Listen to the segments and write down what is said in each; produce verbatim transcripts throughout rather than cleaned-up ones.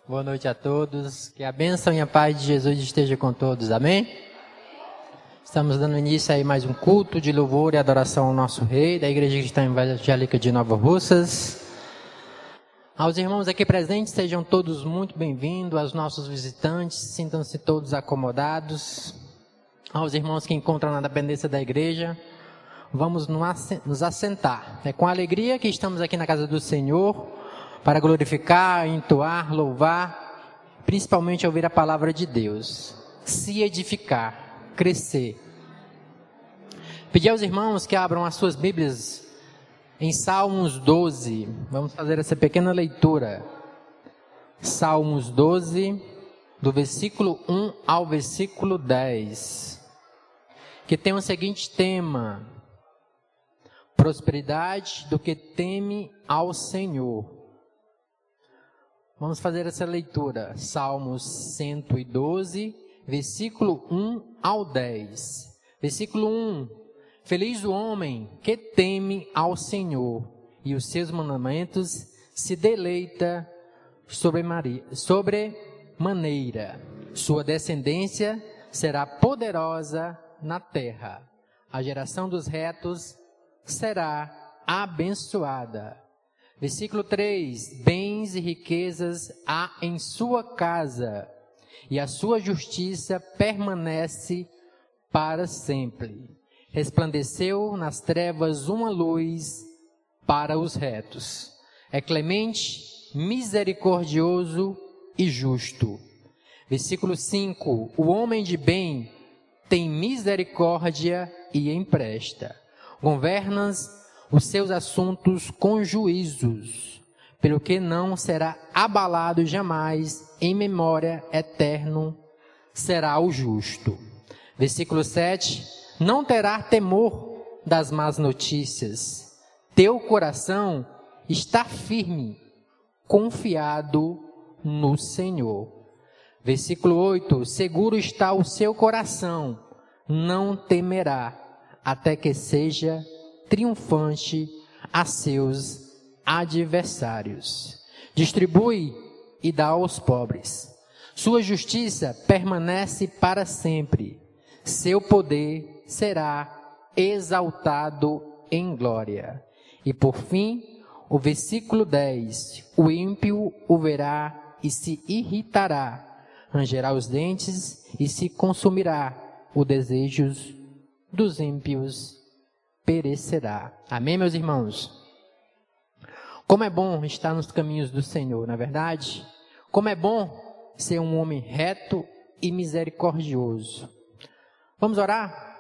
Boa noite a todos. Que a bênção e a paz de Jesus esteja com todos. Amém? Estamos dando início aí mais um culto de louvor e adoração ao nosso Rei, da Igreja Cristã Evangélica de Nova Russas. Aos irmãos aqui presentes, sejam todos muito bem-vindos. Aos nossos visitantes, sintam-se todos acomodados. Aos irmãos que encontram na dependência da igreja, vamos nos assentar. É com alegria que estamos aqui na casa do Senhor para glorificar, entoar, louvar, principalmente ouvir a palavra de Deus, se edificar, crescer. Pedir aos irmãos que abram as suas Bíblias em Salmos doze. Vamos fazer essa pequena leitura. Salmos doze, do versículo um ao versículo dez, que tem o seguinte tema: prosperidade do que teme ao Senhor. Vamos fazer essa leitura. Salmos cento e doze, versículo um ao dez. Versículo um: Feliz o homem que teme ao Senhor e os seus mandamentos se deleita sobremaneira. Sua descendência será poderosa na terra. A geração dos retos será abençoada. Versículo três: Bens e riquezas há em sua casa, e a sua justiça permanece para sempre. Resplandeceu nas trevas uma luz para os retos. É clemente, misericordioso e justo. Versículo cinco: O homem de bem tem misericórdia e empresta. Governas os seus assuntos com juízos, pelo que não será abalado jamais, em memória eterno será o justo. Versículo sete: Não terá temor das más notícias, teu coração está firme, confiado no Senhor. Versículo oito: Seguro está o seu coração, não temerá, até que seja triunfante a seus adversários. Distribui e dá aos pobres. Sua justiça permanece para sempre. Seu poder será exaltado em glória. E por fim, o versículo dez: O ímpio o verá e se irritará, rangerá os dentes e se consumirá. Os desejos dos ímpios perecerá. Amém, meus irmãos? Como é bom estar nos caminhos do Senhor, não é verdade? Como é bom ser um homem reto e misericordioso. Vamos orar?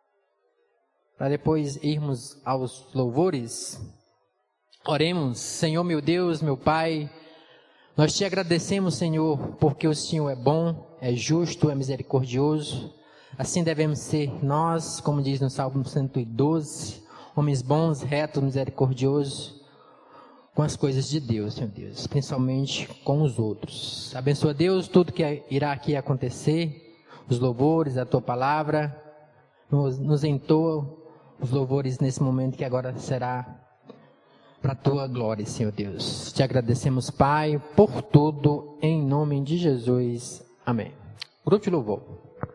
Para depois irmos aos louvores. Oremos. Senhor meu Deus, meu Pai, nós te agradecemos, Senhor, porque o Senhor é bom, é justo, é misericordioso. Assim devemos ser nós, como diz no Salmo cento e doze, homens bons, retos, misericordiosos, com as coisas de Deus, Senhor Deus, principalmente com os outros. Abençoa, Deus, tudo que irá aqui acontecer, os louvores, a Tua palavra, nos, nos entoa os louvores nesse momento que agora será para a Tua glória, Senhor Deus. Te agradecemos, Pai, por tudo, em nome de Jesus. Amém. Grupo de louvor.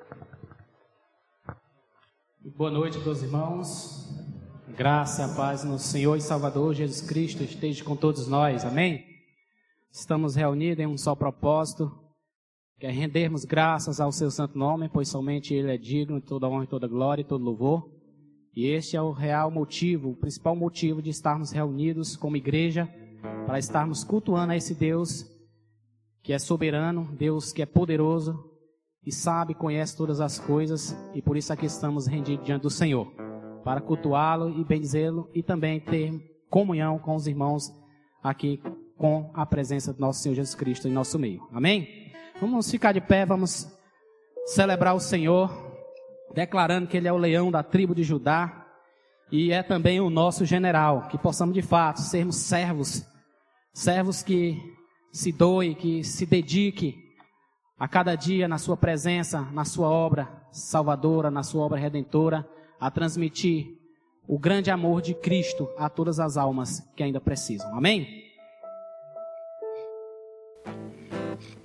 Boa noite, meus irmãos. Graça e a paz no Senhor e Salvador Jesus Cristo esteja com todos nós. Amém? Estamos reunidos em um só propósito, que é rendermos graças ao seu santo nome, pois somente Ele é digno de toda honra e toda glória e todo louvor. E este é o real motivo, o principal motivo de estarmos reunidos como igreja, para estarmos cultuando a esse Deus que é soberano, Deus que é poderoso, e sabe, conhece todas as coisas, e por isso aqui estamos rendidos diante do Senhor, para cultuá-lo e bendizê-lo, e também ter comunhão com os irmãos aqui, com a presença do nosso Senhor Jesus Cristo em nosso meio. Amém? Vamos ficar de pé, vamos celebrar o Senhor, declarando que Ele é o leão da tribo de Judá, e é também o nosso general, que possamos de fato sermos servos, servos que se doem, que se dediquem a cada dia na sua presença, na sua obra salvadora, na sua obra redentora, a transmitir o grande amor de Cristo a todas as almas que ainda precisam. Amém?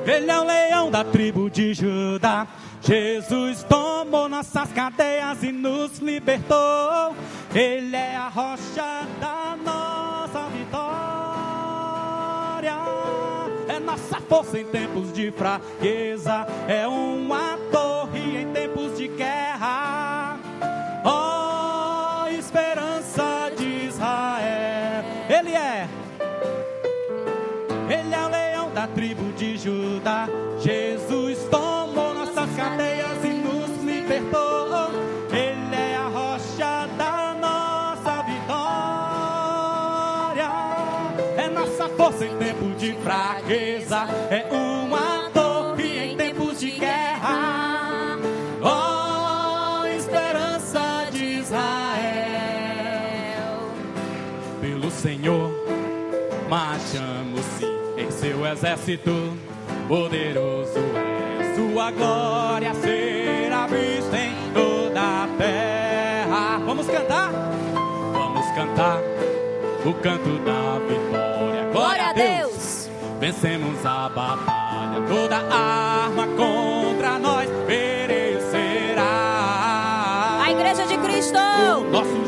Ele é o leão da tribo de Judá. Jesus tomou nossas cadeias e nos libertou. Ele é a rocha da nossa vitória. É nossa força em tempos de fraqueza. É uma torre em tempos de guerra. Ó, oh, esperança de Israel. Ele é Ele é o leão da tribo de Judá. Jesus tomou nossas cadeias e nos libertou. Ele é a rocha da nossa vitória. É nossa força em tempos de fraqueza. É uma torre em tempos de guerra. Oh, esperança de Israel. Pelo Senhor marchamos sim em seu exército. Poderoso é sua glória, será vista em toda a terra. Vamos cantar? Vamos cantar o canto da vitória. Glória a Deus! Vencemos a batalha, toda arma contra nós perecerá. A Igreja de Cristo! O nosso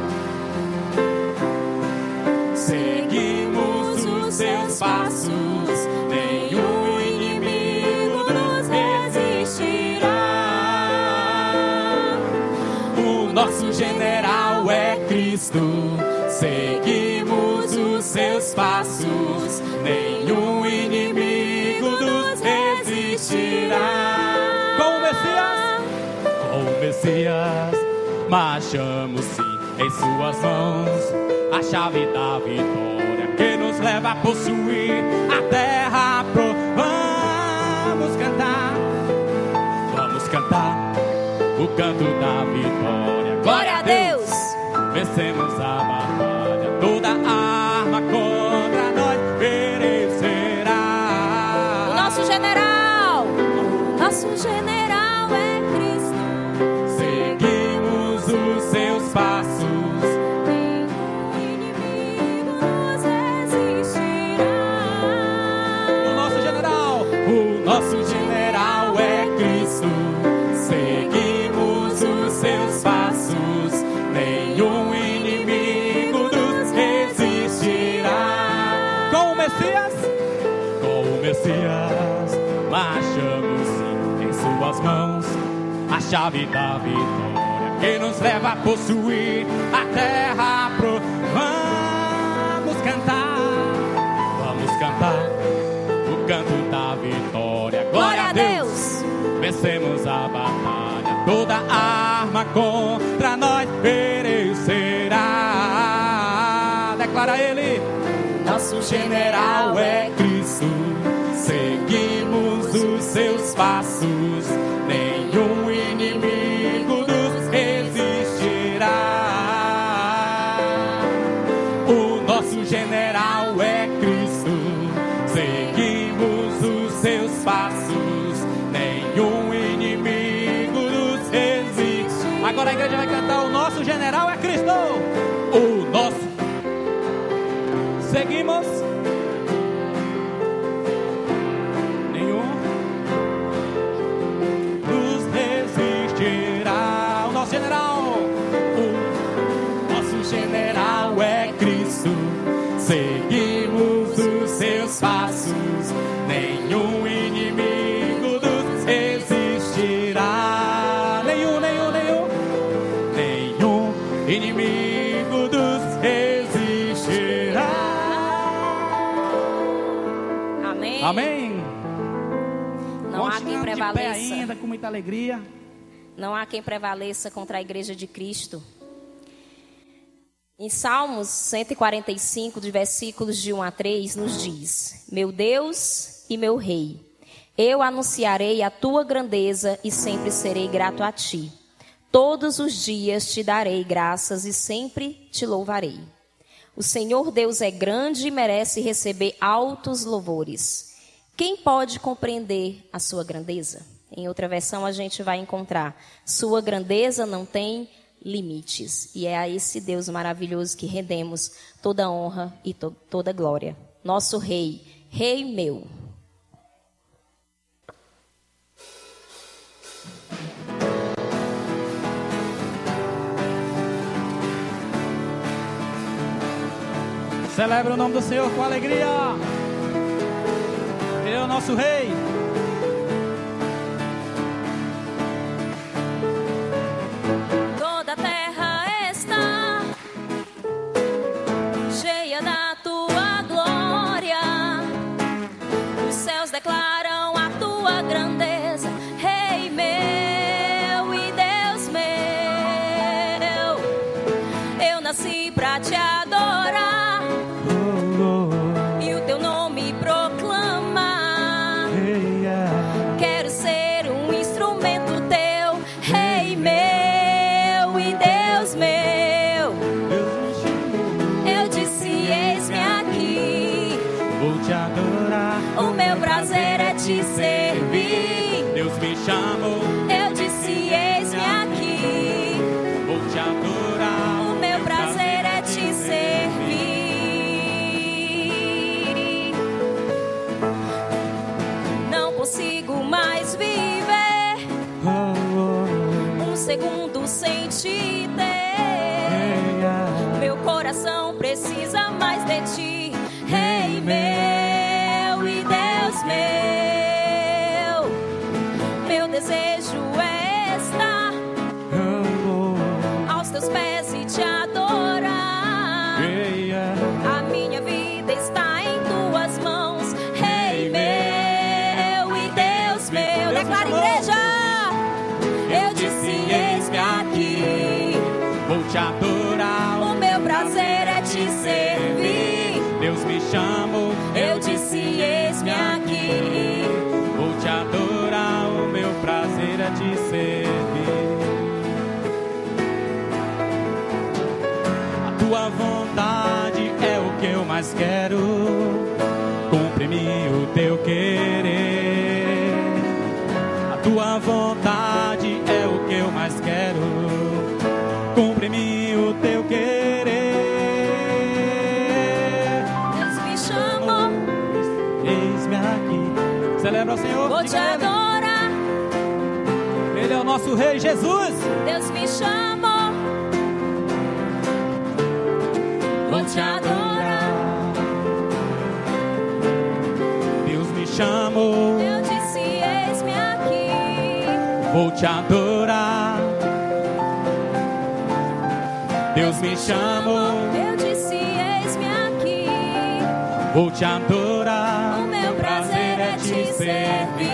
seguimos os seus passos. Nenhum inimigo nos resistirá. O nosso general é Cristo. Seguimos os seus passos. Nenhum inimigo nos resistirá. Com o Messias, com o Messias, marchamos sim em suas mãos. A chave da vitória que nos leva a possuir a terra pro. Vamos cantar, vamos cantar o canto da vitória. Glória a Deus! Vencemos a batalha, toda arma contra nós perecerá. O nosso general, nosso general é Cristo. Seguimos os seus passos. Nosso general é Cristo. Seguimos os seus passos. Nenhum inimigo nos resistirá. Com o Messias, com o Messias, marchamos sim em suas mãos. A chave da vitória que nos leva a possuir a terra pro. Vamos cantar, vamos cantar o canto da vitória. Glória a Deus! Vencemos a batalha, toda arma contra nós perecerá. Declara ele: nosso general é Cristo. Seguimos os seus passos. Nenhum inimigo nos resistirá. O nosso general é Cristo. Seguimos os seus passos. Nenhum inimigo nos resiste. Agora a igreja vai cantar: o nosso general é Cristo. O nosso. Seguimos. Nenhum nos resistirá. O nosso general. O nosso general é Cristo. Seguimos os seus passos. Nenhum inimigo nos resistirá. Nenhum, nenhum, nenhum. Nenhum inimigo nos resistirá. Amém. Amém. Não há quem prevaleça. De pé ainda, com muita alegria. Não há quem prevaleça contra a Igreja de Cristo. Em Salmos cento e quarenta e cinco, de versículos de um a três, nos diz: meu Deus e meu Rei, eu anunciarei a tua grandeza e sempre serei grato a ti. Todos os dias te darei graças e sempre te louvarei. O Senhor Deus é grande e merece receber altos louvores. Quem pode compreender a sua grandeza? Em outra versão a gente vai encontrar: sua grandeza não tem limites. E é a esse Deus maravilhoso que rendemos toda honra e to- toda glória. Nosso Rei, Rei meu. Celebra o nome do Senhor com alegria. Ele é o nosso Rei. Toda a terra está cheia da tua glória. Os céus declaram a tua grandeza, Rei meu e Deus meu. Eu nasci pra te adorar e o teu nome proclamar. Quero ser um instrumento teu, Rei meu e Deus meu. Eu disse, eis-me aqui. Vou te adorar. O meu prazer é te servir. Deus me chamou. Eu disse, eis-me aqui. Vou te adorar. O meu prazer é te servir. Não consigo mais viver um segundo sem te ter. Meu coração precisa mais de ti, Rei meu e Deus meu. Meu desejo é estar aos teus pés e te adorar. A minha vida está em tuas mãos, Rei meu e Deus meu. Declara, igreja. Eu disse, eis-me aqui. Vou te adorar. O meu prazer é te servir. Deus me chamou. Eu disse, eis-me aqui. Vou te adorar. O meu prazer é te servir. A tua vontade é o que eu mais quero. Cumpre-me o teu querer. A tua vontade é o que eu mais quero. Cumpre-me o teu querer. Deus me chamou. Eis-me aqui. Celebra o Senhor. Vou te diga a Ele. adorar. Ele é o nosso Rei Jesus. Deus me chamou. Vou te adorar. Deus me chamou. Eu disse, eis-me aqui. Vou te adorar. Deus me chamou. Eu disse, eis-me aqui. Vou te adorar. O meu prazer é te servir.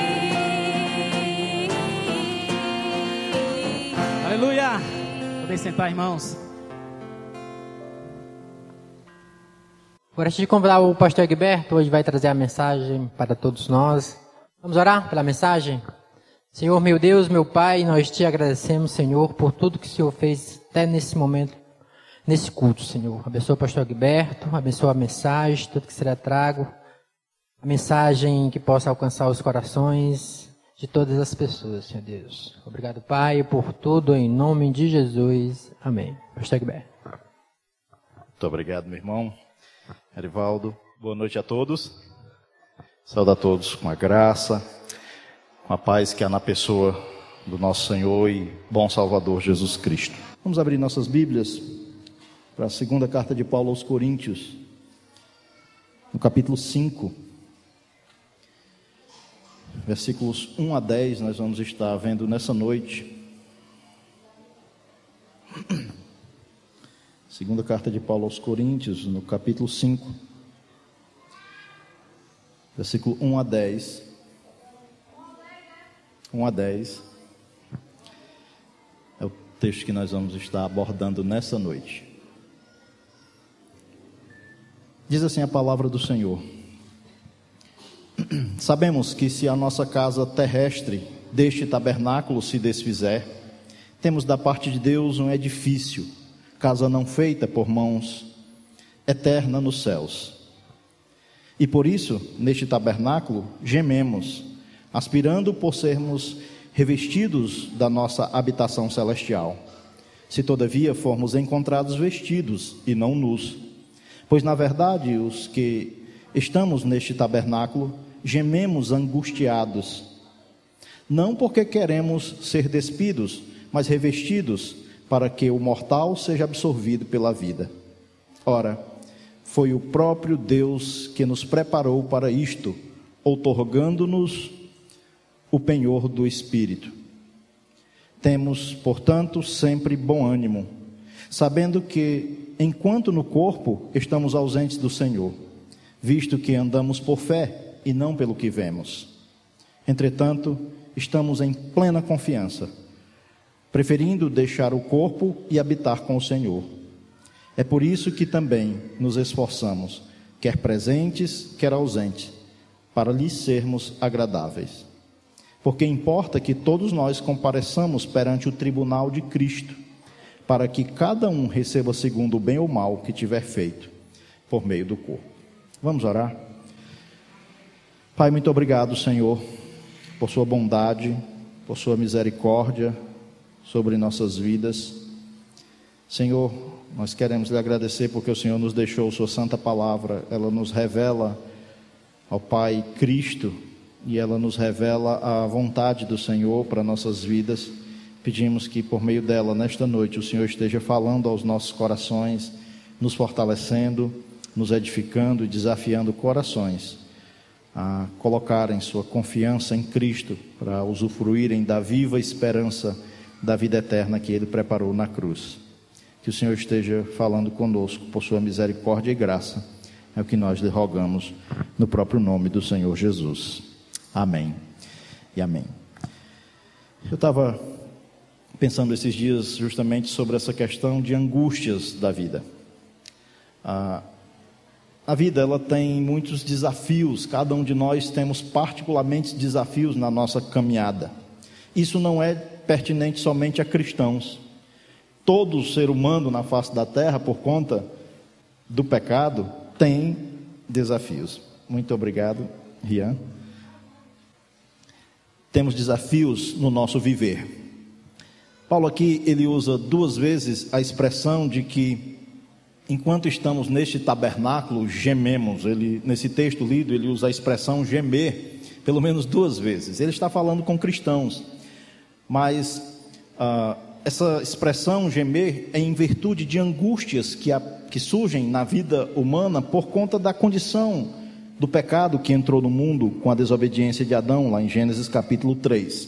Aleluia. Podem sentar, irmãos. Agora, antes de convidar o pastor Egberto, hoje vai trazer a mensagem para todos nós. Vamos orar pela mensagem? Senhor, meu Deus, meu Pai, nós te agradecemos, Senhor, por tudo que o Senhor fez até nesse momento, nesse culto, Senhor. Abençoa o pastor Egberto, abençoa a mensagem, tudo que será trago. A mensagem que possa alcançar os corações de todas as pessoas, Senhor Deus. Obrigado, Pai, por tudo, em nome de Jesus. Amém. Pastor Egberto. Muito obrigado, meu irmão Erivaldo. Boa noite a todos. Saúdo a todos com a graça, com a paz que há na pessoa do nosso Senhor e bom Salvador Jesus Cristo. Vamos abrir nossas Bíblias para a segunda carta de Paulo aos Coríntios, no capítulo cinco, versículos um a dez, nós vamos estar vendo nessa noite. Segunda carta de Paulo aos Coríntios, no capítulo cinco, versículo um a dez. um a dez é o texto que nós vamos estar abordando nessa noite. Diz assim a palavra do Senhor: Sabemos que se a nossa casa terrestre deste tabernáculo se desfizer, temos da parte de Deus um edifício, casa não feita por mãos, eterna nos céus. E por isso, neste tabernáculo, gememos, aspirando por sermos revestidos da nossa habitação celestial. Se todavia formos encontrados vestidos e não nus, pois na verdade os que estamos neste tabernáculo gememos angustiados, não porque queremos ser despidos, mas revestidos, para que o mortal seja absorvido pela vida. Ora, foi o próprio Deus que nos preparou para isto, outorgando-nos o penhor do Espírito. Temos, portanto, sempre bom ânimo, sabendo que, enquanto no corpo, estamos ausentes do Senhor, visto que andamos por fé e não pelo que vemos. Entretanto, estamos em plena confiança, preferindo deixar o corpo e habitar com o Senhor. É por isso que também nos esforçamos, quer presentes, quer ausentes, para lhes sermos agradáveis. Porque importa que todos nós compareçamos perante o tribunal de Cristo, para que cada um receba segundo o bem ou mal que tiver feito por meio do corpo. Vamos orar? Pai, muito obrigado, Senhor, por sua bondade, por sua misericórdia sobre nossas vidas. Senhor, nós queremos lhe agradecer porque o Senhor nos deixou sua santa palavra. Ela nos revela ao Pai Cristo e ela nos revela a vontade do Senhor para nossas vidas. Pedimos que por meio dela, nesta noite, o Senhor esteja falando aos nossos corações, nos fortalecendo, nos edificando e desafiando corações a colocarem sua confiança em Cristo para usufruírem da viva esperança da vida eterna que Ele preparou na cruz. Que o Senhor esteja falando conosco por sua misericórdia e graça. É o que nós lhe rogamos no próprio nome do Senhor Jesus. Amém e amém. Eu estava pensando esses dias justamente sobre essa questão de angústias da vida. A, a vida ela tem muitos desafios, cada um de nós temos particularmente desafios na nossa caminhada. Isso não é pertinente somente a cristãos. Todo ser humano na face da terra, por conta do pecado, tem desafios. Muito obrigado, Rian. Temos desafios no nosso viver. Paulo aqui, ele usa duas vezes a expressão de que, enquanto estamos neste tabernáculo, gememos. Ele, nesse texto lido, ele usa a expressão gemer, pelo menos duas vezes. Ele está falando com cristãos, mas ah, essa expressão gemer é em virtude de angústias que, a, que surgem na vida humana por conta da condição do pecado que entrou no mundo com a desobediência de Adão, lá em Gênesis capítulo três.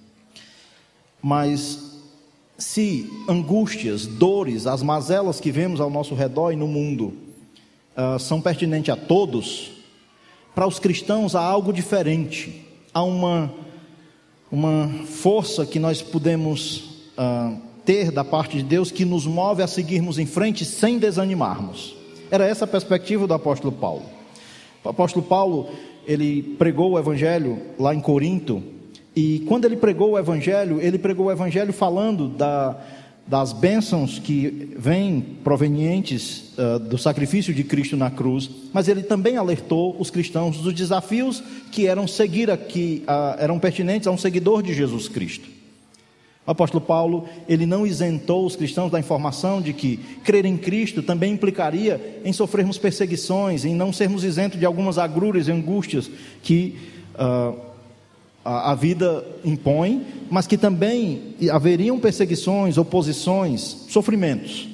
Mas se angústias, dores, as mazelas que vemos ao nosso redor e no mundo uh, são pertinentes a todos, para os cristãos há algo diferente. Há uma, uma força que nós podemos uh, ter da parte de Deus que nos move a seguirmos em frente sem desanimarmos. Era essa a perspectiva do apóstolo Paulo. O apóstolo Paulo, ele pregou o evangelho lá em Corinto, e quando ele pregou o evangelho, ele pregou o evangelho falando da, das bênçãos que vêm provenientes uh, do sacrifício de Cristo na cruz, mas ele também alertou os cristãos dos desafios que eram seguir aqui, uh, eram pertinentes a um seguidor de Jesus Cristo. O apóstolo Paulo, ele não isentou os cristãos da informação de que crer em Cristo também implicaria em sofrermos perseguições, em não sermos isentos de algumas agruras e angústias que uh, a, a vida impõe, mas que também haveriam perseguições, oposições, sofrimentos.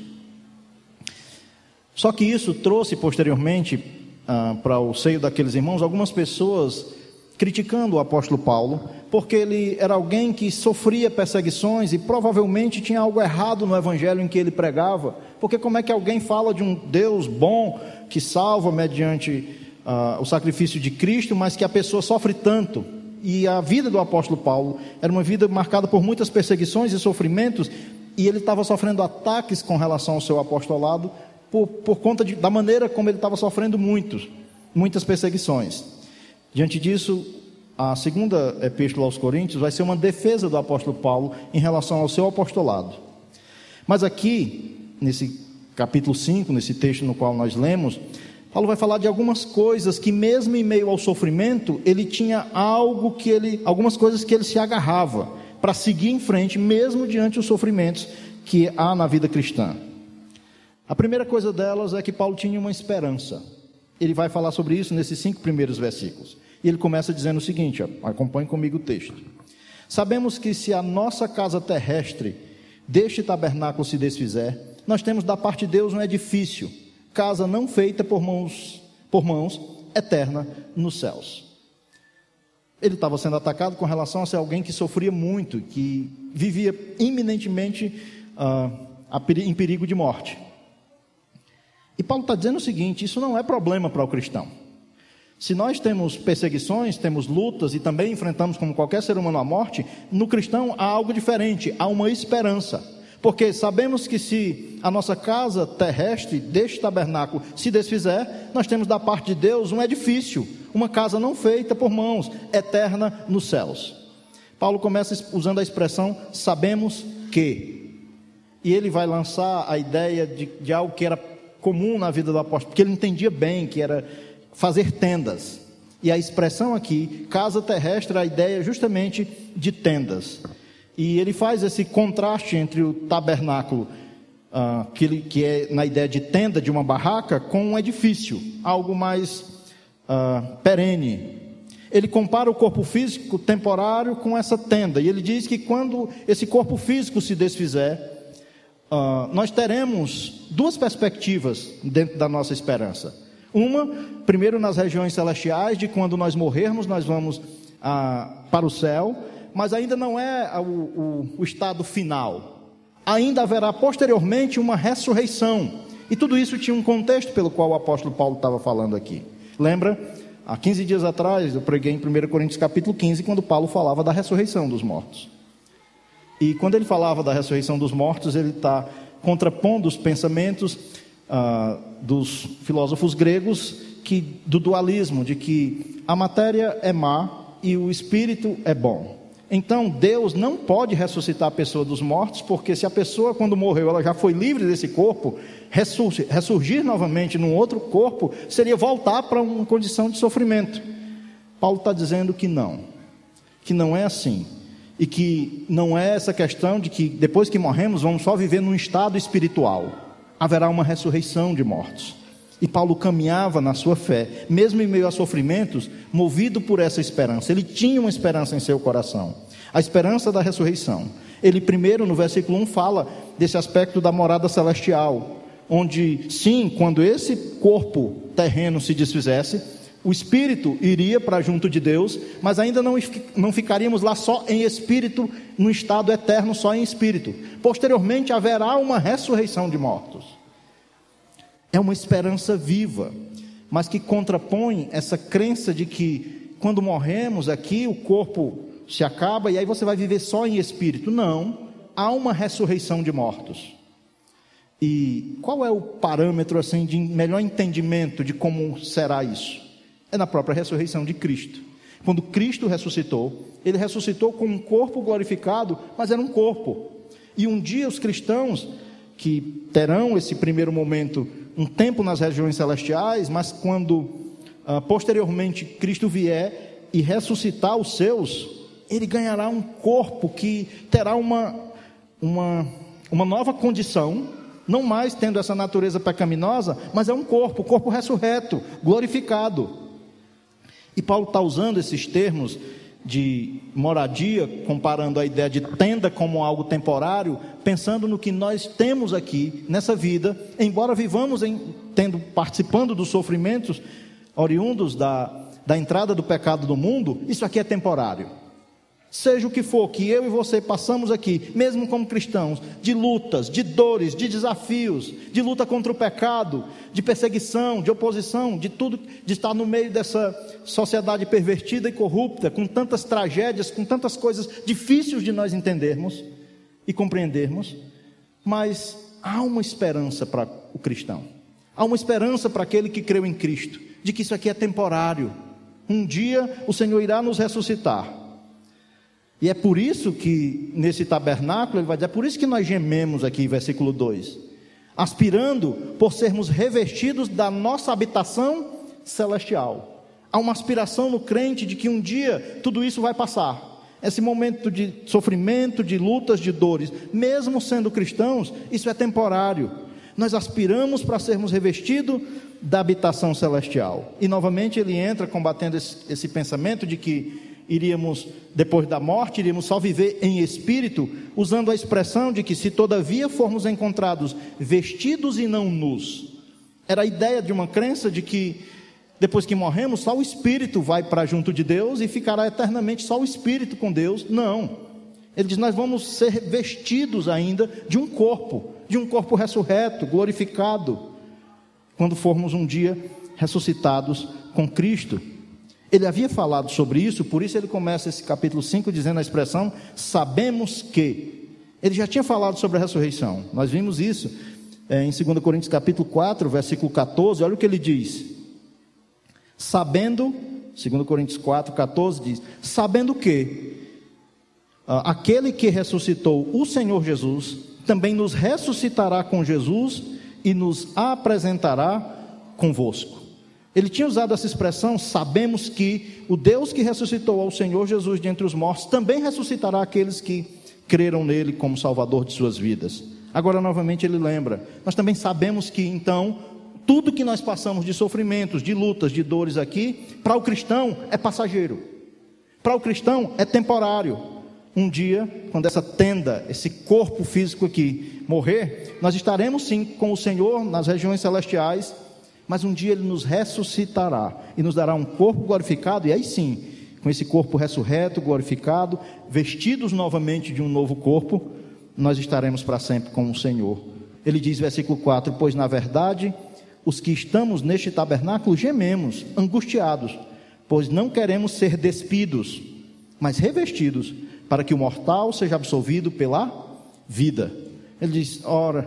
Só que isso trouxe posteriormente uh, para o seio daqueles irmãos algumas pessoas criticando o apóstolo Paulo, porque ele era alguém que sofria perseguições e provavelmente tinha algo errado no evangelho em que ele pregava, porque como é que alguém fala de um Deus bom, que salva mediante uh, o sacrifício de Cristo, mas que a pessoa sofre tanto? E a vida do apóstolo Paulo era uma vida marcada por muitas perseguições e sofrimentos, e ele estava sofrendo ataques com relação ao seu apostolado, por, por conta de, da maneira como ele estava sofrendo muitos, muitas perseguições. Diante disso, a segunda epístola aos Coríntios vai ser uma defesa do apóstolo Paulo em relação ao seu apostolado. Mas aqui, nesse capítulo cinco, nesse texto no qual nós lemos, Paulo vai falar de algumas coisas que mesmo em meio ao sofrimento, ele tinha algo que ele, algumas coisas que ele se agarrava para seguir em frente, mesmo diante dos sofrimentos que há na vida cristã. A primeira coisa delas é que Paulo tinha uma esperança. Ele vai falar sobre isso nesses cinco primeiros versículos. E ele começa dizendo o seguinte, ó, acompanhe comigo o texto. Sabemos que se a nossa casa terrestre deste tabernáculo se desfizer, nós temos da parte de Deus um edifício, casa não feita por mãos, por mãos, eterna nos céus. Ele estava sendo atacado com relação a ser alguém que sofria muito, que vivia iminentemente uh, em perigo de morte. E Paulo está dizendo o seguinte: isso não é problema para o cristão. Se nós temos perseguições, temos lutas e também enfrentamos, como qualquer ser humano, a morte, no cristão há algo diferente, há uma esperança. Porque sabemos que se a nossa casa terrestre deste tabernáculo se desfizer, nós temos da parte de Deus um edifício, uma casa não feita por mãos, eterna nos céus. Paulo começa usando a expressão sabemos que, e ele vai lançar a ideia de, de algo que era comum na vida do apóstolo, porque ele entendia bem que era fazer tendas, e a expressão aqui, casa terrestre, a ideia justamente de tendas. E ele faz esse contraste entre o tabernáculo, uh, que, ele, que é na ideia de tenda, de uma barraca, com um edifício, algo mais uh, perene. Ele compara o corpo físico temporário com essa tenda, e ele diz que quando esse corpo físico se desfizer, uh, nós teremos duas perspectivas dentro da nossa esperança. Uma, primeiro nas regiões celestiais, de quando nós morrermos, nós vamos uh, para o céu, mas ainda não é o, o, o estado final. Ainda haverá posteriormente uma ressurreição. E tudo isso tinha um contexto pelo qual o apóstolo Paulo estava falando aqui. Lembra? Há quinze dias atrás eu preguei em primeira Coríntios capítulo quinze, quando Paulo falava da ressurreição dos mortos. E quando ele falava da ressurreição dos mortos, ele está contrapondo os pensamentos ah, dos filósofos gregos que, do dualismo, de que a matéria é má e o espírito é bom. Então, Deus não pode ressuscitar a pessoa dos mortos, porque se a pessoa, quando morreu, ela já foi livre desse corpo, ressurgir, ressurgir novamente num outro corpo, seria voltar para uma condição de sofrimento. Paulo está dizendo que não, que não é assim, e que não é essa questão de que depois que morremos, vamos só viver num estado espiritual. Haverá uma ressurreição de mortos. E Paulo caminhava na sua fé, mesmo em meio a sofrimentos, movido por essa esperança. Ele tinha uma esperança em seu coração, a esperança da ressurreição. Ele primeiro, no versículo um, fala desse aspecto da morada celestial, onde, sim, quando esse corpo terreno se desfizesse, o espírito iria para junto de Deus, mas ainda não, não ficaríamos lá só em espírito, no estado eterno só em espírito. Posteriormente haverá uma ressurreição de mortos. É uma esperança viva, mas que contrapõe essa crença de que quando morremos aqui, o corpo se acaba e aí você vai viver só em espírito. Não, há uma ressurreição de mortos. E qual é o parâmetro assim, de melhor entendimento de como será isso? É na própria ressurreição de Cristo. Quando Cristo ressuscitou, Ele ressuscitou com um corpo glorificado, mas era um corpo. E um dia os cristãos que terão esse primeiro momento, um tempo nas regiões celestiais, mas quando uh, posteriormente Cristo vier e ressuscitar os seus, Ele ganhará um corpo que terá uma, uma, uma nova condição, não mais tendo essa natureza pecaminosa, mas é um corpo, corpo ressurreto, glorificado. E Paulo está usando esses termos de moradia, comparando a ideia de tenda como algo temporário, pensando no que nós temos aqui nessa vida, embora vivamos em, tendo, participando dos sofrimentos oriundos da, da entrada do pecado no mundo, isso aqui é temporário. Seja o que for que eu e você passamos aqui, mesmo como cristãos, de lutas, de dores, de desafios, de luta contra o pecado, de perseguição, de oposição, de tudo, de estar no meio dessa sociedade pervertida e corrupta, com tantas tragédias, com tantas coisas difíceis de nós entendermos e compreendermos, mas há uma esperança para o cristão, há uma esperança para aquele que creu em Cristo, de que isso aqui é temporário. Um dia o Senhor irá nos ressuscitar. E é por isso que nesse tabernáculo, ele vai dizer, é por isso que nós gememos aqui, versículo dois, aspirando por sermos revestidos da nossa habitação celestial. Há uma aspiração no crente de que um dia tudo isso vai passar. Esse momento de sofrimento, de lutas, de dores, mesmo sendo cristãos, isso é temporário. Nós aspiramos para sermos revestidos da habitação celestial. E novamente ele entra combatendo esse, esse pensamento de que iríamos, depois da morte, iríamos só viver em espírito, usando a expressão de que se todavia formos encontrados vestidos e não nus, Era a ideia de uma crença de que depois que morremos, só o espírito vai para junto de Deus e ficará eternamente só o espírito com Deus. Não. Ele diz, nós vamos ser vestidos ainda de um corpo, de um corpo ressurreto, glorificado, quando formos um dia ressuscitados com Cristo. Ele havia falado sobre isso, por isso ele começa esse capítulo cinco dizendo a expressão, sabemos que. Ele já tinha falado sobre a ressurreição, nós vimos isso é, em dois Coríntios capítulo quatro, versículo catorze, olha o que ele diz. Sabendo, dois Coríntios quatro, catorze diz, sabendo que uh, aquele que ressuscitou o Senhor Jesus, também nos ressuscitará com Jesus e nos apresentará convosco. Ele tinha usado essa expressão, sabemos que o Deus que ressuscitou ao Senhor Jesus de entre os mortos, também ressuscitará aqueles que creram nele como Salvador de suas vidas. Agora novamente ele lembra, nós também sabemos que então, tudo que nós passamos de sofrimentos, de lutas, de dores aqui, para o cristão é passageiro, para o cristão é temporário. Um dia, quando essa tenda, esse corpo físico aqui morrer, nós estaremos sim com o Senhor nas regiões celestiais, mas um dia Ele nos ressuscitará e nos dará um corpo glorificado, e aí sim, com esse corpo ressurreto, glorificado, vestidos novamente de um novo corpo, nós estaremos para sempre com o Senhor. Ele diz, versículo quatro, pois na verdade, os que estamos neste tabernáculo gememos, angustiados, pois não queremos ser despidos, mas revestidos, para que o mortal seja absolvido pela vida. Ele diz, ora,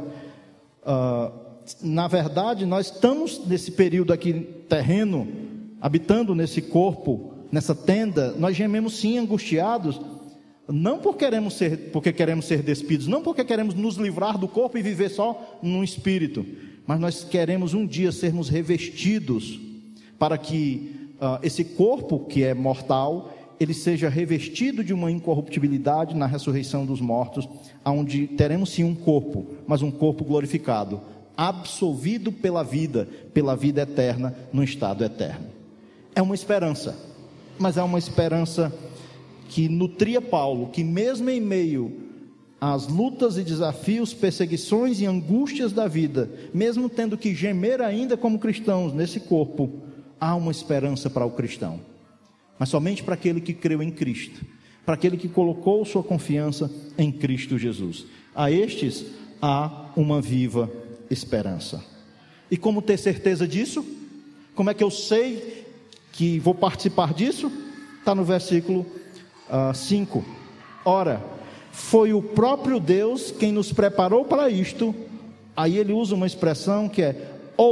uh, na verdade, nós estamos nesse período aqui terreno, habitando nesse corpo, nessa tenda, nós gememos sim angustiados, não porque queremos ser, porque queremos ser despidos, não porque queremos nos livrar do corpo e viver só no espírito, mas nós queremos um dia sermos revestidos, para que uh, esse corpo que é mortal, ele seja revestido de uma incorruptibilidade na ressurreição dos mortos, onde teremos sim um corpo, mas um corpo glorificado, absolvido pela vida, pela vida eterna, no estado eterno. É uma esperança, mas é uma esperança que nutria Paulo, que mesmo em meio às lutas e desafios, perseguições e angústias da vida, mesmo tendo que gemer ainda como cristãos nesse corpo, há uma esperança para o cristão, mas somente para aquele que creu em Cristo, para aquele que colocou sua confiança em Cristo Jesus. A estes há uma viva esperança. E como ter certeza disso? Como é que eu sei que vou participar disso? Está no versículo cinco. Ora, foi o próprio Deus quem nos preparou para isto. Aí ele usa uma expressão que é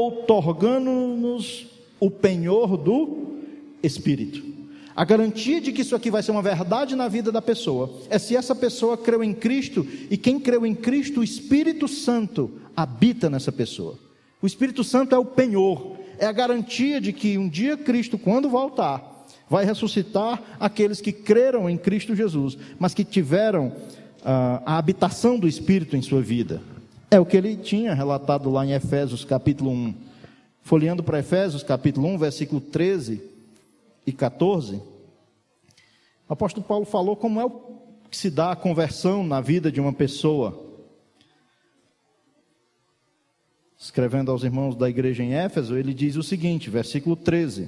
outorgando-nos o penhor do Espírito. A garantia de que isso aqui vai ser uma verdade na vida da pessoa é se essa pessoa creu em Cristo, e quem creu em Cristo, o Espírito Santo habita nessa pessoa. O Espírito Santo é o penhor, é a garantia de que um dia Cristo, quando voltar, vai ressuscitar aqueles que creram em Cristo Jesus, mas que tiveram uh, a habitação do Espírito em sua vida. É o que ele tinha relatado lá em Efésios capítulo um. Folheando para Efésios capítulo um, versículo treze e catorze, o apóstolo Paulo falou como é que se dá a conversão na vida de uma pessoa. Escrevendo aos irmãos da igreja em Éfeso, ele diz o seguinte, versículo treze.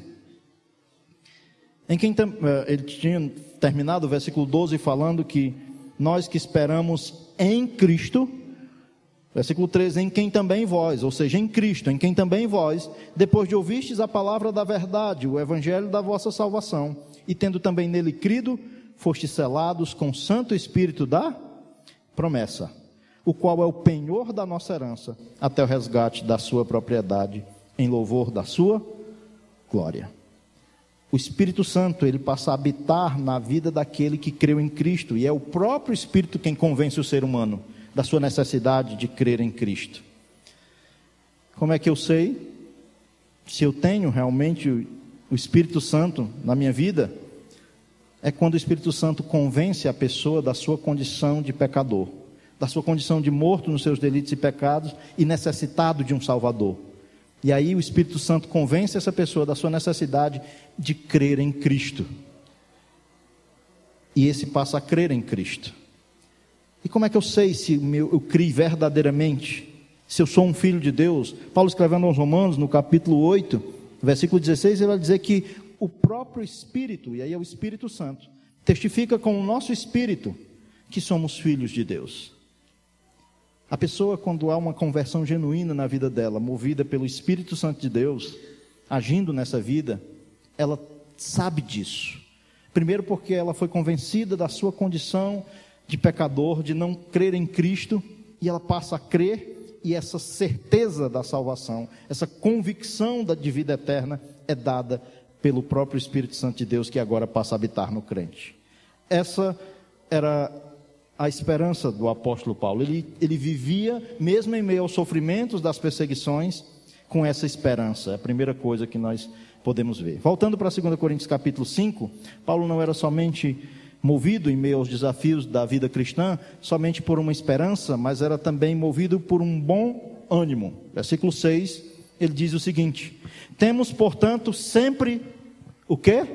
Em quem ele tinha terminado o versículo doze falando que nós que esperamos em Cristo, versículo treze, em quem também vós, ou seja, em Cristo, em quem também vós, depois de ouvistes a palavra da verdade, o evangelho da vossa salvação, e tendo também nele crido, fostes selados com o Santo Espírito da promessa, o qual é o penhor da nossa herança, até o resgate da sua propriedade, em louvor da sua glória. O Espírito Santo, ele passa a habitar na vida daquele que creu em Cristo, e é o próprio Espírito quem convence o ser humano da sua necessidade de crer em Cristo. Como é que eu sei se eu tenho realmente o Espírito Santo na minha vida? É quando o Espírito Santo convence a pessoa da sua condição de pecador, da sua condição de morto nos seus delitos e pecados e necessitado de um Salvador. E aí o Espírito Santo convence essa pessoa da sua necessidade de crer em Cristo. E esse passa a crer em Cristo. E como é que eu sei se eu criei verdadeiramente? se eu sou um filho de Deus. Paulo escrevendo aos Romanos, no capítulo oito, versículo dezesseis, ele vai dizer que o próprio Espírito, e aí é o Espírito Santo, testifica com o nosso espírito que somos filhos de Deus. A pessoa, quando há uma conversão genuína na vida dela, movida pelo Espírito Santo de Deus, agindo nessa vida, ela sabe disso. Primeiro porque ela foi convencida da sua condição de pecador, de não crer em Cristo, e ela passa a crer, e essa certeza da salvação, essa convicção de vida eterna é dada pelo próprio Espírito Santo de Deus, que agora passa a habitar no crente. Essa era a esperança do apóstolo Paulo. Ele, ele vivia, mesmo em meio aos sofrimentos das perseguições, com essa esperança. É a primeira coisa que nós podemos ver. Voltando para dois Coríntios capítulo cinco, Paulo não era somente movido em meio aos desafios da vida cristã, somente por uma esperança, mas era também movido por um bom ânimo. Versículo seis, ele diz o seguinte: temos, portanto, sempre o quê?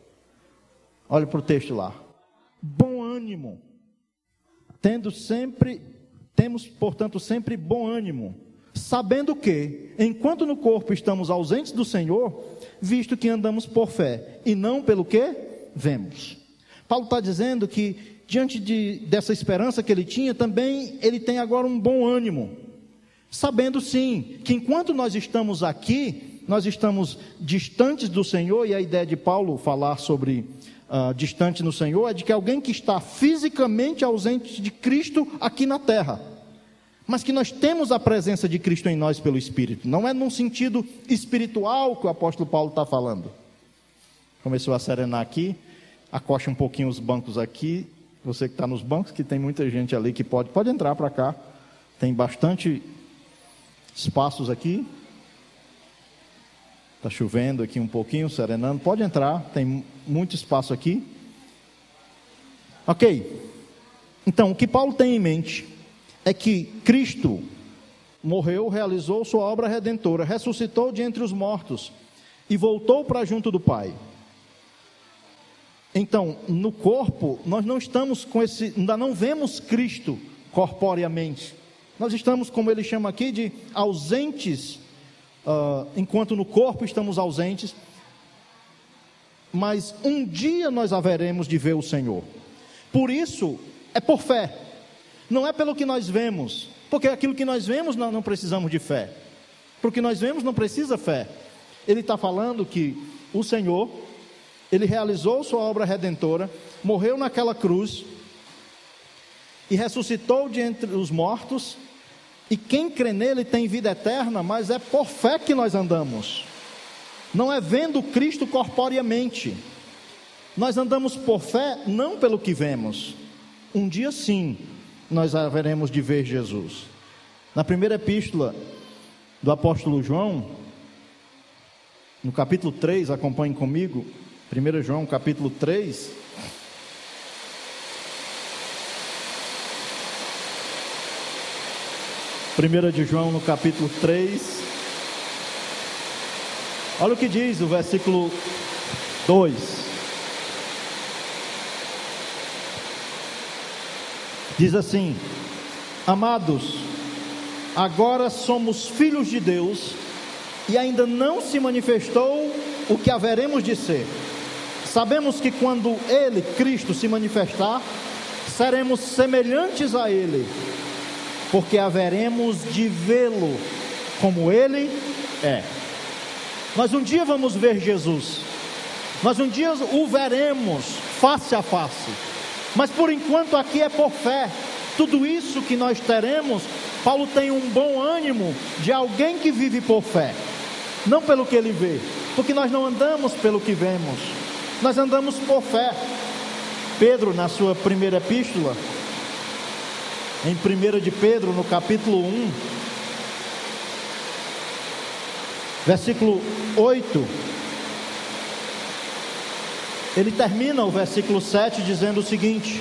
Olha para o texto lá. Bom ânimo. Tendo sempre, temos, portanto, sempre bom ânimo, sabendo que, enquanto no corpo estamos ausentes do Senhor, visto que andamos por fé, e não pelo que vemos. Paulo está dizendo que, diante de, dessa esperança que ele tinha, também ele tem agora um bom ânimo, sabendo sim, que enquanto nós estamos aqui, nós estamos distantes do Senhor, e a ideia de Paulo falar sobre uh, distante no Senhor, é de que alguém que está fisicamente ausente de Cristo aqui na terra, mas que nós temos a presença de Cristo em nós pelo Espírito. Não é num sentido espiritual que o apóstolo Paulo está falando. Começou a serenar aqui, acosta um pouquinho os bancos aqui, você que está nos bancos, que tem muita gente ali que pode, pode entrar para cá, tem bastante espaços aqui, está chovendo aqui um pouquinho, serenando, pode entrar, tem muito espaço aqui. Ok, então o que Paulo tem em mente é que Cristo morreu, realizou sua obra redentora, ressuscitou de entre os mortos e voltou para junto do Pai. Então, no corpo, nós não estamos com esse, ainda não vemos Cristo corporeamente. Nós estamos, como ele chama aqui, de ausentes, uh, enquanto no corpo estamos ausentes, mas um dia nós haveremos de ver o Senhor. Por isso, é por fé, não é pelo que nós vemos, porque aquilo que nós vemos não, não precisamos de fé, porque o que nós vemos não precisa fé. Ele está falando que o Senhor, ele realizou sua obra redentora, morreu naquela cruz e ressuscitou de entre os mortos, e quem crê nele tem vida eterna, mas é por fé que nós andamos, não é vendo Cristo corporeamente. Nós andamos por fé, não pelo que vemos. Um dia sim, nós haveremos de ver Jesus. Na primeira epístola do apóstolo João, no capítulo três, acompanhem comigo, primeiro João capítulo três, primeiro de João no capítulo três, olha o que diz o versículo dois, diz assim: amados, agora somos filhos de Deus, e ainda não se manifestou o que haveremos de ser. Sabemos que quando Ele, Cristo, se manifestar, seremos semelhantes a Ele, porque haveremos de vê-lo como Ele é. Nós um dia vamos ver Jesus, nós um dia o veremos face a face, mas por enquanto aqui é por fé. Tudo isso que nós teremos, Paulo tem um bom ânimo de alguém que vive por fé, não pelo que ele vê, porque nós não andamos pelo que vemos, nós andamos por fé. Pedro, na sua primeira epístola, em primeira de Pedro, no capítulo um, versículo oito, ele termina o versículo sete dizendo o seguinte: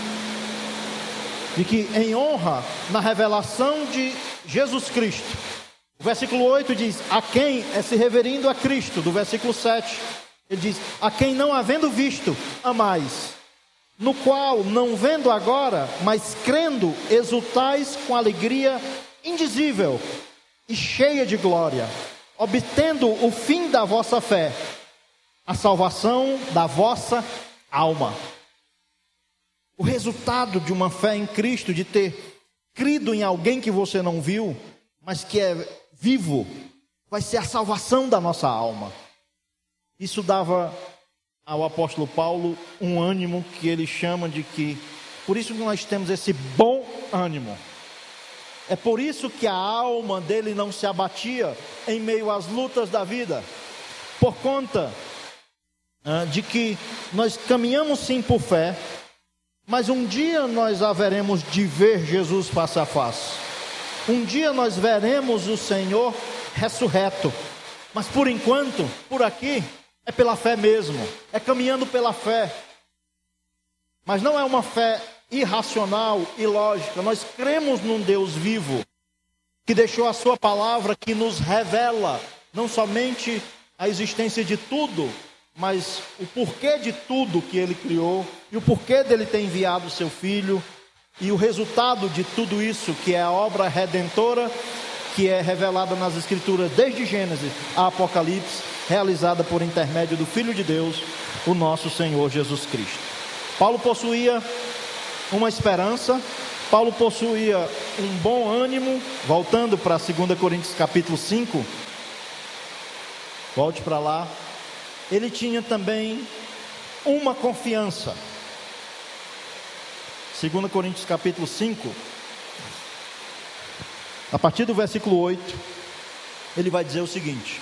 de que em honra na revelação de Jesus Cristo. O versículo oito diz: a quem, é se referindo a Cristo. Do versículo sete, ele diz: a quem não havendo visto, amais, no qual não vendo agora, mas crendo, exultais com alegria indizível e cheia de glória, obtendo o fim da vossa fé, a salvação da vossa alma. O resultado de uma fé em Cristo, de ter crido em alguém que você não viu, mas que é vivo, vai ser a salvação da nossa alma. Isso dava ao apóstolo Paulo um ânimo que ele chama de que, por isso que nós temos esse bom ânimo. É por isso que a alma dele não se abatia em meio às lutas da vida, por conta ah, de que nós caminhamos sim por fé, mas um dia nós haveremos de ver Jesus face a face. Um dia nós veremos o Senhor ressurreto, mas por enquanto, por aqui, é pela fé mesmo, é caminhando pela fé. Mas não é uma fé irracional, ilógica. Nós cremos num Deus vivo, que deixou a sua palavra, que nos revela não somente a existência de tudo, mas o porquê de tudo que Ele criou, e o porquê dele ter enviado o seu Filho, e o resultado de tudo isso, que é a obra redentora, que é revelada nas Escrituras desde Gênesis a Apocalipse, realizada por intermédio do Filho de Deus, o nosso Senhor Jesus Cristo. Paulo possuía uma esperança, Paulo possuía um bom ânimo. Voltando para dois Coríntios capítulo cinco, volte para lá. Ele tinha também uma confiança. dois Coríntios capítulo cinco, a partir do versículo oito, ele vai dizer o seguinte: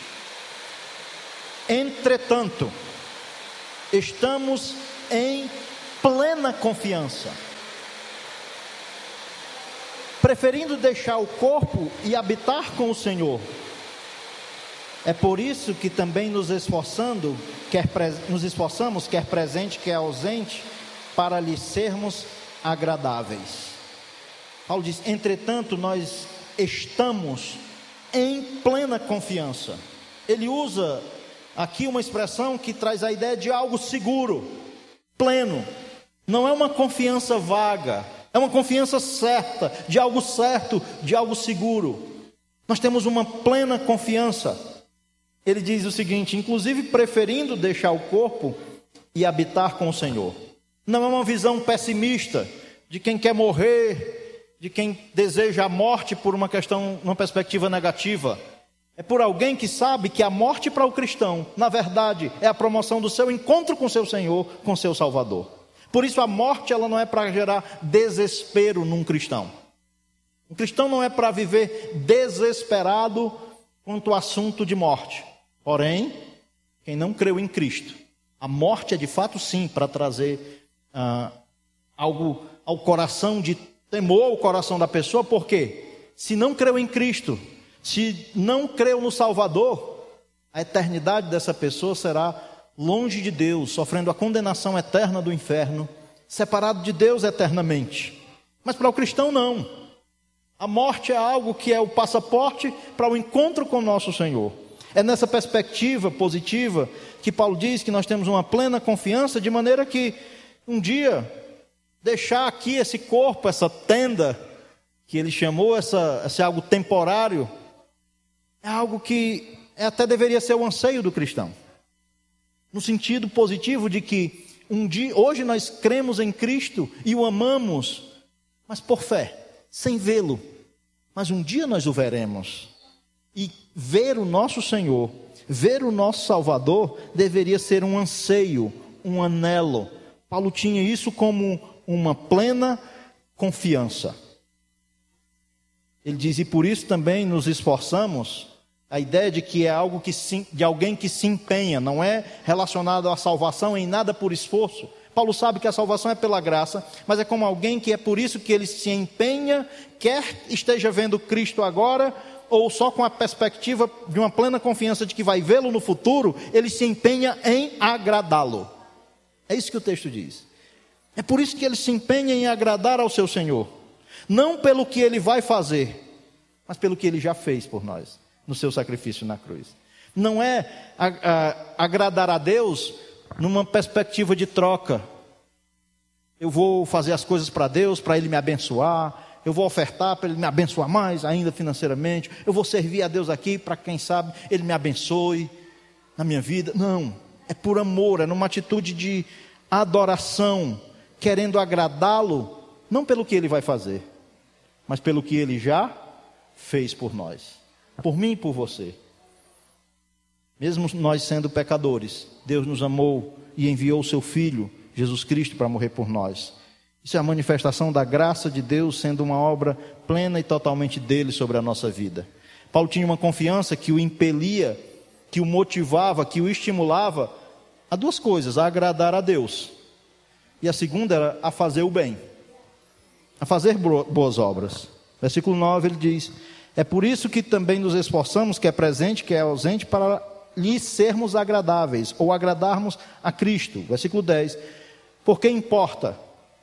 entretanto, estamos em plena confiança, preferindo deixar o corpo e habitar com o Senhor. É por isso que também nos esforçando, quer nos esforçamos, quer presente, quer ausente, para lhe sermos agradáveis. Paulo diz: entretanto, nós estamos em plena confiança. Ele usa aqui uma expressão que traz a ideia de algo seguro, pleno. Não é uma confiança vaga, é uma confiança certa, de algo certo, de algo seguro. Nós temos uma plena confiança. Ele diz o seguinte: inclusive preferindo deixar o corpo e habitar com o Senhor. Não é uma visão pessimista de quem quer morrer, de quem deseja a morte por uma questão, uma perspectiva negativa. É por alguém que sabe que a morte para o cristão, na verdade, é a promoção do seu encontro com seu Senhor, com seu Salvador. Por isso a morte, ela não é para gerar desespero num cristão. Um cristão não é para viver desesperado quanto ao assunto de morte. Porém, quem não creu em Cristo, a morte é de fato sim para trazer ah, algo ao coração, de temor ao coração da pessoa. Por quê? Se não creu em Cristo, se não creu no Salvador, a eternidade dessa pessoa será longe de Deus, sofrendo a condenação eterna do inferno, separado de Deus eternamente. Mas para o cristão não. A morte é algo que é o passaporte para o encontro com o nosso Senhor. É nessa perspectiva positiva que Paulo diz que nós temos uma plena confiança, de maneira que um dia deixar aqui esse corpo, essa tenda que ele chamou, essa, esse algo temporário, é algo que até deveria ser o anseio do cristão. No sentido positivo de que um dia, hoje nós cremos em Cristo e o amamos, mas por fé, sem vê-lo. Mas um dia nós o veremos. E ver o nosso Senhor, ver o nosso Salvador, deveria ser um anseio, um anelo. Paulo tinha isso como uma plena confiança. Ele diz: e por isso também nos esforçamos. A ideia de que é algo que se, de alguém que se empenha, não é relacionado à salvação em nada por esforço. Paulo sabe que a salvação é pela graça, mas é como alguém que é por isso que ele se empenha, quer esteja vendo Cristo agora, ou só com a perspectiva de uma plena confiança de que vai vê-lo no futuro, ele se empenha em agradá-lo. É isso que o texto diz. É por isso que ele se empenha em agradar ao seu Senhor. Não pelo que ele vai fazer, mas pelo que ele já fez por nós, no seu sacrifício na cruz. Não é a, a, agradar a Deus numa perspectiva de troca. Eu vou fazer as coisas para Deus, para Ele me abençoar, eu vou ofertar para Ele me abençoar mais ainda financeiramente, eu vou servir a Deus aqui para quem sabe Ele me abençoe na minha vida. Não, é por amor, é numa atitude de adoração, querendo agradá-lo, não pelo que Ele vai fazer, mas pelo que Ele já fez por nós, por mim e por você. Mesmo nós sendo pecadores, Deus nos amou e enviou o seu Filho, Jesus Cristo, para morrer por nós. Isso é a manifestação da graça de Deus, sendo uma obra plena e totalmente dele sobre a nossa vida. Paulo tinha uma confiança que o impelia, que o motivava, que o estimulava a duas coisas: a agradar a Deus, e a segunda era a fazer o bem, a fazer boas obras. Versículo nove, ele diz: é por isso que também nos esforçamos, que é presente, que é ausente, para lhe sermos agradáveis, ou agradarmos a Cristo. Versículo dez, porque importa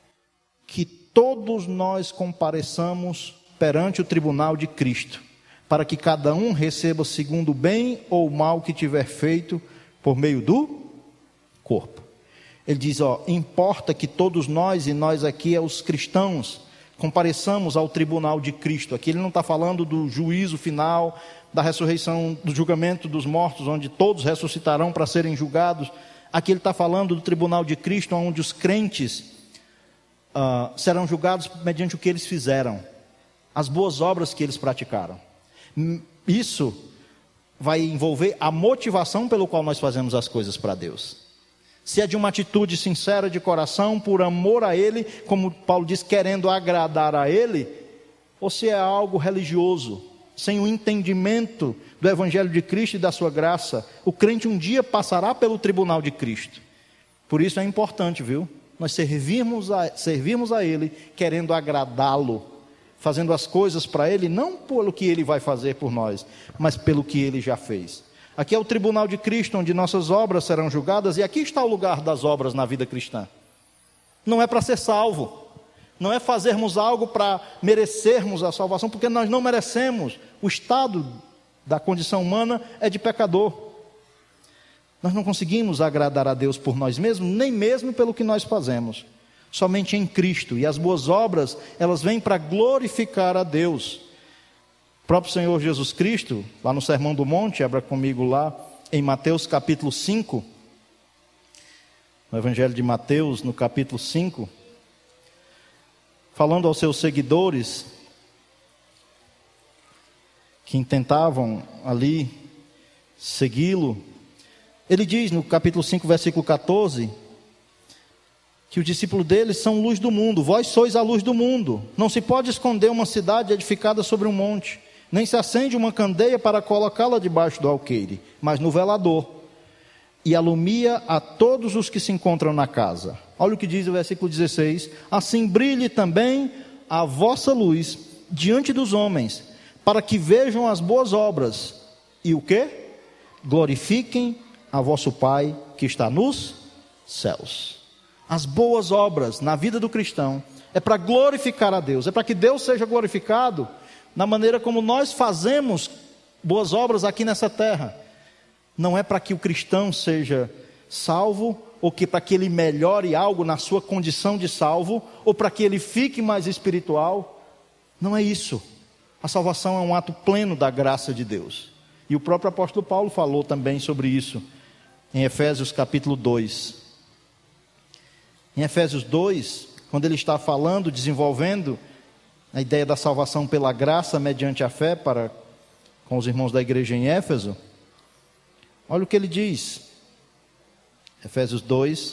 que todos nós compareçamos perante o tribunal de Cristo, para que cada um receba segundo o bem ou o mal que tiver feito por meio do corpo. Ele diz, ó, importa que todos nós, e nós aqui é os cristãos, compareçamos ao tribunal de Cristo. Aqui ele não está falando do juízo final, da ressurreição, do julgamento dos mortos, onde todos ressuscitarão para serem julgados. Aqui ele está falando do tribunal de Cristo, onde os crentes uh, serão julgados mediante o que eles fizeram, as boas obras que eles praticaram. Isso vai envolver a motivação pelo qual nós fazemos as coisas para Deus. Se é de uma atitude sincera de coração, por amor a Ele, como Paulo diz, querendo agradar a Ele, ou se é algo religioso, sem o entendimento do Evangelho de Cristo e da sua graça, o crente um dia passará pelo tribunal de Cristo. Por isso é importante, viu? Nós servirmos a, servirmos a Ele, querendo agradá-lo, fazendo as coisas para Ele, não pelo que Ele vai fazer por nós, mas pelo que Ele já fez. Aqui é o tribunal de Cristo, onde nossas obras serão julgadas, e aqui está o lugar das obras na vida cristã. Não é para ser salvo, não é fazermos algo para merecermos a salvação, porque nós não merecemos. O estado da condição humana é de pecador. Nós não conseguimos agradar a Deus por nós mesmos, nem mesmo pelo que nós fazemos. Somente em Cristo, e as boas obras, elas vêm para glorificar a Deus. O próprio Senhor Jesus Cristo, lá no Sermão do Monte, abra comigo lá, em Mateus capítulo cinco, no Evangelho de Mateus, no capítulo cinco, falando aos seus seguidores, que intentavam ali segui-lo, ele diz no capítulo cinco, versículo catorze, que os discípulos deles são luz do mundo. Vós sois a luz do mundo. Não se pode esconder uma cidade edificada sobre um monte, nem se acende uma candeia para colocá-la debaixo do alqueire, mas no velador, e alumia a todos os que se encontram na casa. Olha o que diz o versículo dezesseis, assim brilhe também a vossa luz diante dos homens, para que vejam as boas obras, e o quê? Glorifiquem a vosso Pai que está nos céus. As boas obras na vida do cristão é para glorificar a Deus, é para que Deus seja glorificado na maneira como nós fazemos boas obras aqui nessa terra. Não é para que o cristão seja salvo, ou que para que ele melhore algo na sua condição de salvo, ou para que ele fique mais espiritual. Não é isso. A salvação é um ato pleno da graça de Deus. E o próprio apóstolo Paulo falou também sobre isso em Efésios capítulo dois. Em Efésios dois, quando ele está falando, desenvolvendo a ideia da salvação pela graça mediante a fé para com os irmãos da igreja em Éfeso, olha o que ele diz. Efésios dois,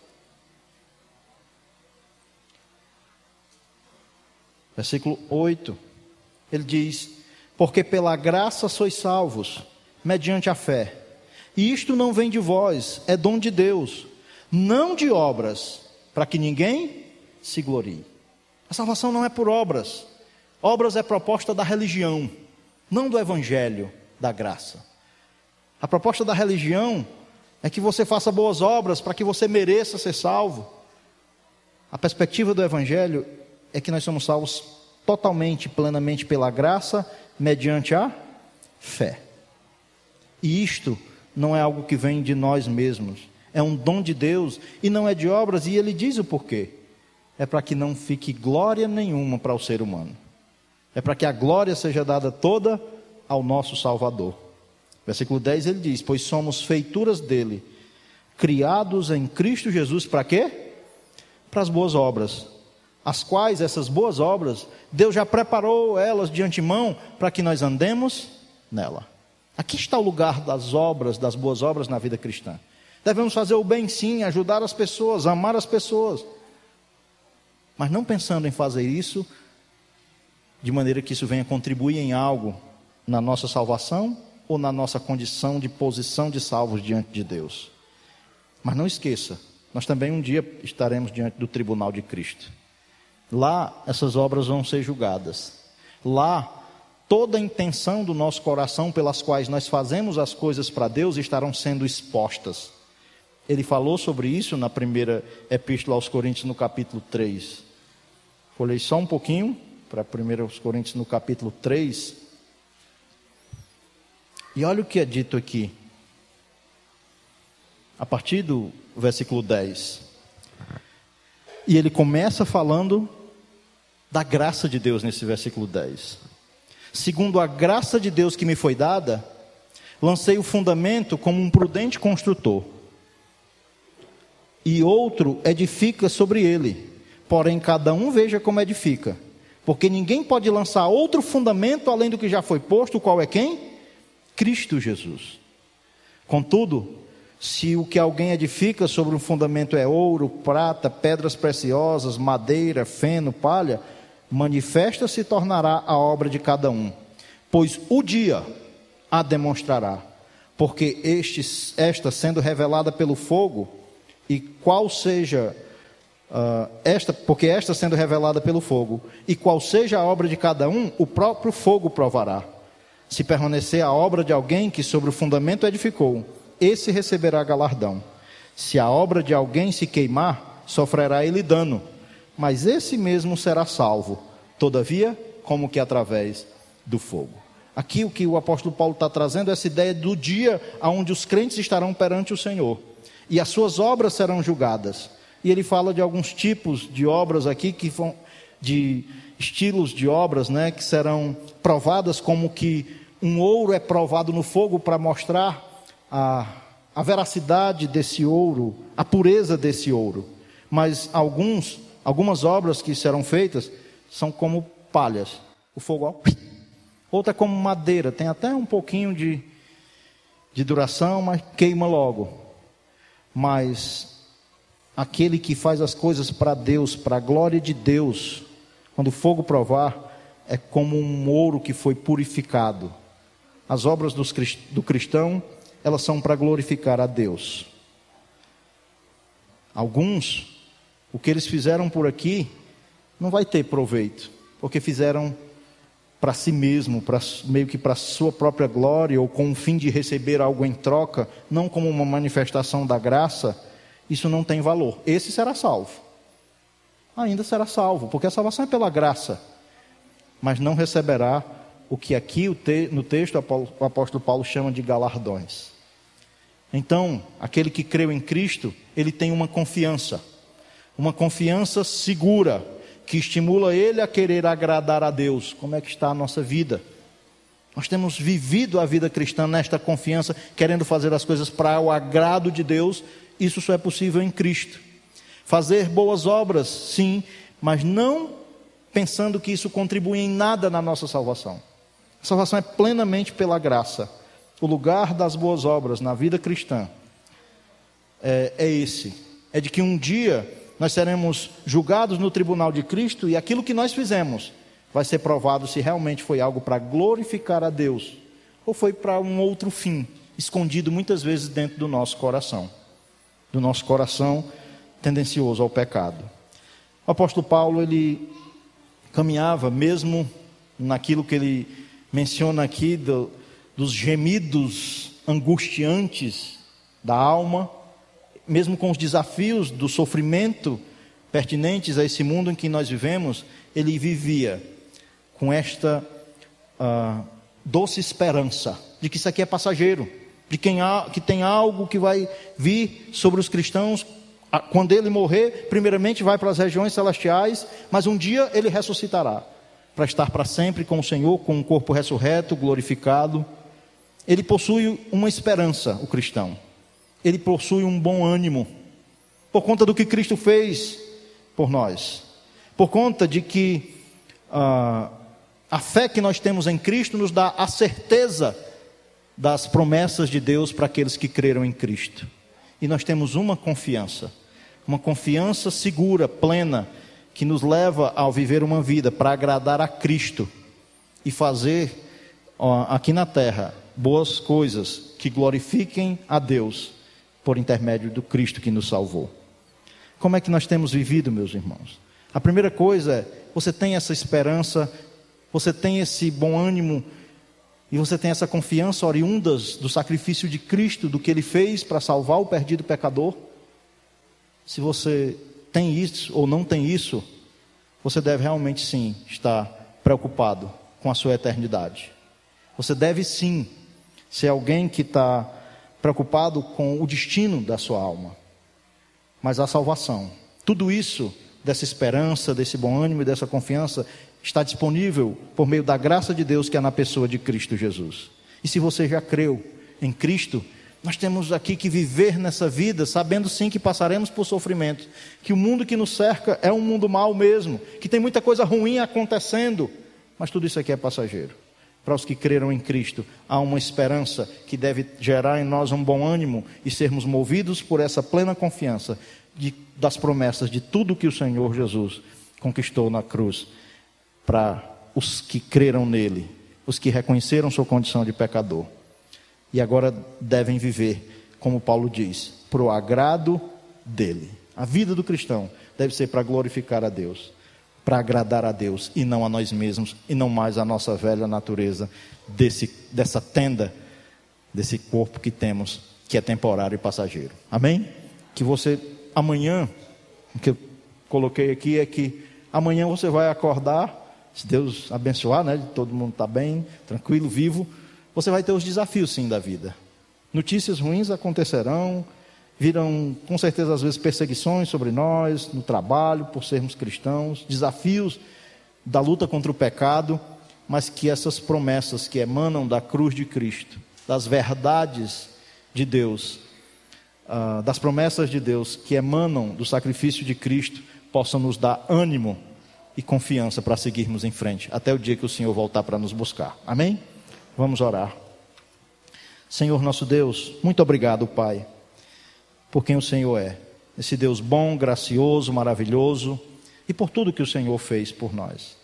versículo oito, ele diz, porque pela graça sois salvos, mediante a fé, e isto não vem de vós, é dom de Deus, não de obras, para que ninguém se glorie. A salvação não é por obras. Obras é proposta da religião, não do evangelho da graça. A proposta da religião é que você faça boas obras para que você mereça ser salvo. A perspectiva do evangelho é que nós somos salvos totalmente, plenamente pela graça, mediante a fé. E isto não é algo que vem de nós mesmos. É um dom de Deus e não é de obras, e ele diz o porquê. é para que não fique glória nenhuma para o ser humano. É para que a glória seja dada toda ao nosso Salvador. Versículo dez ele diz: pois somos feituras dele, criados em Cristo Jesus, para quê? Para as boas obras, as quais essas boas obras, Deus já preparou elas de antemão, para que nós andemos nela. Aqui está o lugar das obras, das boas obras na vida cristã. Devemos fazer o bem sim, ajudar as pessoas, amar as pessoas, mas não pensando em fazer isso de maneira que isso venha contribuir em algo na nossa salvação ou na nossa condição de posição de salvos diante de Deus. Mas não esqueça, nós também um dia estaremos diante do tribunal de Cristo. Lá essas obras vão ser julgadas. Lá toda a intenção do nosso coração pelas quais nós fazemos as coisas para Deus estarão sendo expostas. Ele falou sobre isso na primeira epístola aos Coríntios, no capítulo três. Folhei só um pouquinho para primeira aos Coríntios, no capítulo três. E olha o que é dito aqui, a partir do versículo dez. E ele começa falando da graça de Deus nesse versículo dez. Segundo a graça de Deus que me foi dada, lancei o fundamento como um prudente construtor, e outro edifica sobre ele. Porém, cada um veja como edifica, porque ninguém pode lançar outro fundamento além do que já foi posto, qual é quem? Cristo Jesus. Contudo, se o que alguém edifica sobre um fundamento é ouro, prata, pedras preciosas, madeira, feno, palha, manifesta se tornará a obra de cada um, pois o dia a demonstrará, porque este, esta sendo revelada pelo fogo, e qual seja uh, esta, porque esta sendo revelada pelo fogo, e qual seja a obra de cada um, o próprio fogo provará. Se permanecer a obra de alguém que sobre o fundamento edificou, esse receberá galardão. Se a obra de alguém se queimar, sofrerá ele dano, mas esse mesmo será salvo, todavia, como que através do fogo. Aqui o que o apóstolo Paulo está trazendo é essa ideia do dia onde os crentes estarão perante o Senhor, e as suas obras serão julgadas. E ele fala de alguns tipos de obras aqui, que vão, de estilos de obras, né, que serão provadas, como que um ouro é provado no fogo para mostrar a, a veracidade desse ouro, a pureza desse ouro. Mas alguns, algumas obras que serão feitas são como palhas. O fogo, ó, outra é como madeira, tem até um pouquinho de, de duração, mas queima logo. Mas aquele que faz as coisas para Deus, para a glória de Deus, quando o fogo provar, é como um ouro que foi purificado. As obras dos, do cristão, elas são para glorificar a Deus. Alguns, o que eles fizeram por aqui, não vai ter proveito, porque fizeram para si mesmo, pra, meio que para a sua própria glória, ou com o fim de receber algo em troca, não como uma manifestação da graça. Isso não tem valor. Esse será salvo, ainda será salvo, porque a salvação é pela graça, mas não receberá o que aqui no texto o apóstolo Paulo chama de galardões. Então, aquele que creu em Cristo, ele tem uma confiança, uma confiança segura, que estimula ele a querer agradar a Deus. Como é que está a nossa vida? Nós temos vivido a vida cristã nesta confiança, querendo fazer as coisas para o agrado de Deus. Isso só é possível em Cristo. Fazer boas obras, sim, mas não pensando que isso contribui em nada na nossa salvação. A salvação é plenamente pela graça. O lugar das boas obras na vida cristã é, é esse, é de que um dia nós seremos julgados no tribunal de Cristo, e aquilo que nós fizemos vai ser provado se realmente foi algo para glorificar a Deus, ou foi para um outro fim, escondido muitas vezes dentro do nosso coração, do nosso coração tendencioso ao pecado. O apóstolo Paulo, ele caminhava, mesmo naquilo que ele menciona aqui, do, dos gemidos angustiantes da alma, mesmo com os desafios do sofrimento pertinentes a esse mundo em que nós vivemos, ele vivia com esta uh, doce esperança de que isso aqui é passageiro, de quem há, que tem algo que vai vir sobre os cristãos Quando ele morrer, primeiramente vai para as regiões celestiais, mas um dia ele ressuscitará, para estar para sempre com o Senhor, com um corpo ressurreto, glorificado. Ele possui uma esperança, o cristão. Ele possui um bom ânimo, por conta do que Cristo fez por nós. Por conta de que ah, a fé que nós temos em Cristo nos dá a certeza das promessas de Deus para aqueles que creram em Cristo. E nós temos uma confiança, uma confiança segura, plena, que nos leva a viver uma vida para agradar a Cristo e fazer ó, aqui na terra boas coisas que glorifiquem a Deus por intermédio do Cristo que nos salvou. Como é que nós temos vivido, meus irmãos? A primeira coisa é, você tem essa esperança, você tem esse bom ânimo e você tem essa confiança oriundas do sacrifício de Cristo, do que Ele fez para salvar o perdido pecador? Se você tem isso ou não tem isso, você deve realmente sim estar preocupado com a sua eternidade. Você deve sim ser alguém que está preocupado com o destino da sua alma. Mas a salvação, tudo isso, dessa esperança, desse bom ânimo e dessa confiança, está disponível por meio da graça de Deus que é na pessoa de Cristo Jesus. E se você já creu em Cristo, nós temos aqui que viver nessa vida, sabendo sim que passaremos por sofrimento, que o mundo que nos cerca é um mundo mau mesmo, que tem muita coisa ruim acontecendo, mas tudo isso aqui é passageiro. Para os que creram em Cristo, há uma esperança que deve gerar em nós um bom ânimo e sermos movidos por essa plena confiança de, das promessas de tudo que o Senhor Jesus conquistou na cruz, para os que creram nele, os que reconheceram sua condição de pecador. E agora devem viver, como Paulo diz, para o agrado dele. A vida do cristão deve ser para glorificar a Deus, para agradar a Deus e não a nós mesmos, e não mais a nossa velha natureza desse, dessa tenda, desse corpo que temos, que é temporário e passageiro. Amém? Que você, amanhã, o que eu coloquei aqui é que amanhã você vai acordar, se Deus abençoar, né, todo mundo está bem, tranquilo, vivo, você vai ter os desafios sim da vida. Notícias ruins acontecerão, virão com certeza às vezes perseguições sobre nós, no trabalho, por sermos cristãos, desafios da luta contra o pecado, mas que essas promessas que emanam da cruz de Cristo, das verdades de Deus, uh, das promessas de Deus que emanam do sacrifício de Cristo, possam nos dar ânimo e confiança para seguirmos em frente, até o dia que o Senhor voltar para nos buscar. Amém? Vamos orar. Senhor nosso Deus, muito obrigado, Pai, por quem o Senhor é, esse Deus bom, gracioso, maravilhoso, e por tudo que o Senhor fez por nós,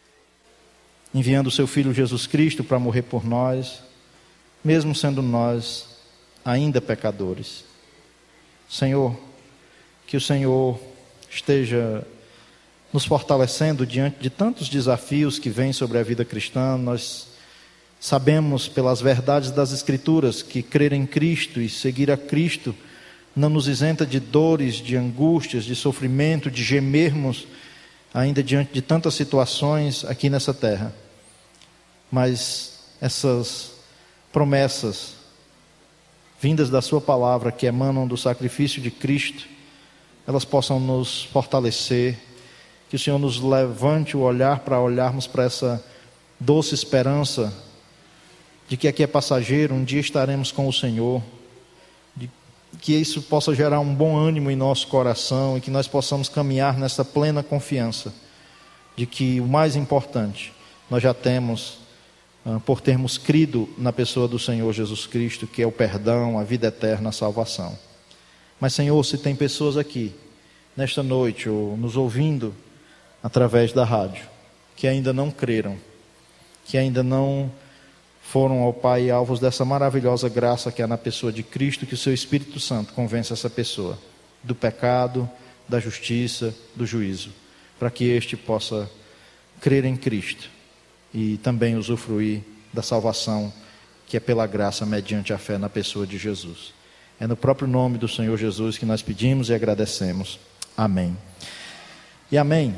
enviando o seu Filho Jesus Cristo para morrer por nós, mesmo sendo nós ainda pecadores. Senhor, que o Senhor esteja nos fortalecendo diante de tantos desafios que vêm sobre a vida cristã. Nós sabemos pelas verdades das Escrituras que crer em Cristo e seguir a Cristo não nos isenta de dores, de angústias, de sofrimento, de gemermos ainda diante de tantas situações aqui nessa terra. Mas essas promessas vindas da sua palavra, que emanam do sacrifício de Cristo, elas possam nos fortalecer, que o Senhor nos levante o olhar para olharmos para essa doce esperança de que aqui é passageiro, um dia estaremos com o Senhor, de que isso possa gerar um bom ânimo em nosso coração e que nós possamos caminhar nessa plena confiança de que o mais importante nós já temos uh, por termos crido na pessoa do Senhor Jesus Cristo, que é o perdão, a vida eterna, a salvação. Mas, Senhor, se tem pessoas aqui nesta noite ou nos ouvindo através da rádio que ainda não creram, que ainda não foram ao Pai alvos dessa maravilhosa graça que há na pessoa de Cristo, que o seu Espírito Santo convença essa pessoa do pecado, da justiça, do juízo, para que este possa crer em Cristo e também usufruir da salvação que é pela graça mediante a fé na pessoa de Jesus. É no próprio nome do Senhor Jesus que nós pedimos e agradecemos. Amém. E amém.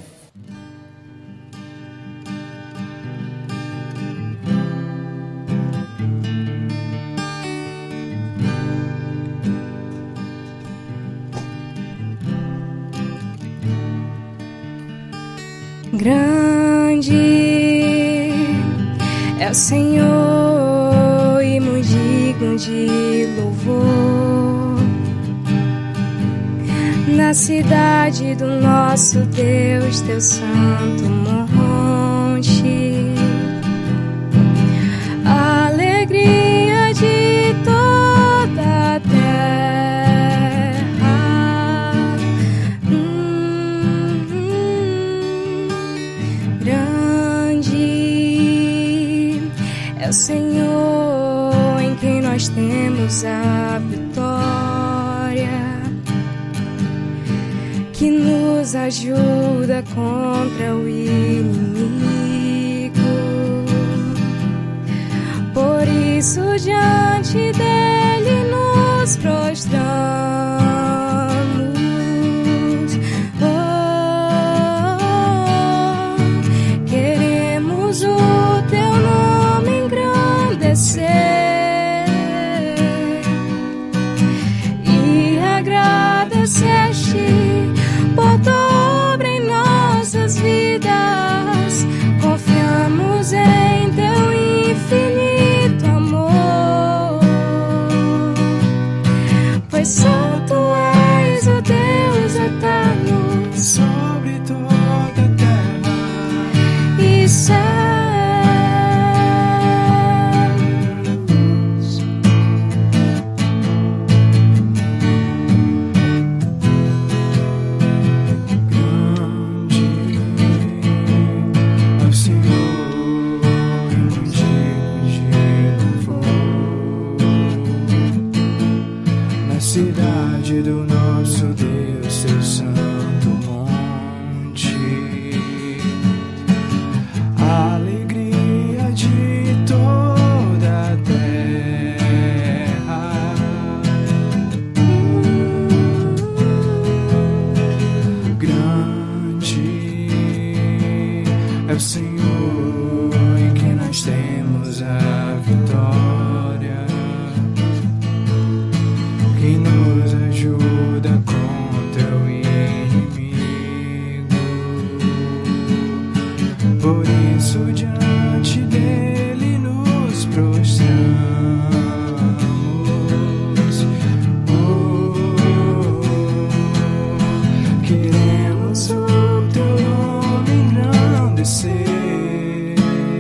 ao Senhor e muito digno de louvor. Na cidade do nosso Deus, teu santo monte, a alegria de toda a terra. Hum, hum, grande é o Senhor em quem nós temos a vitória, que nos ajuda contra o inimigo. Por isso diante dele nos prostramos. Oh, queremos o teu nome engrandecer e agradecer-te por tua obra em nossas vidas. Confiamos em teu infinito amor, pois santo és o Deus eterno sobre toda a terra e céus. Cidade do nosso Deus, seu santo monte, a alegria de toda a terra. Grande é o Senhor em quem nós temos a vitória, que nos ajuda contra o inimigo. Por isso diante dele nos prostramos. Oh, queremos o teu nome engrandecer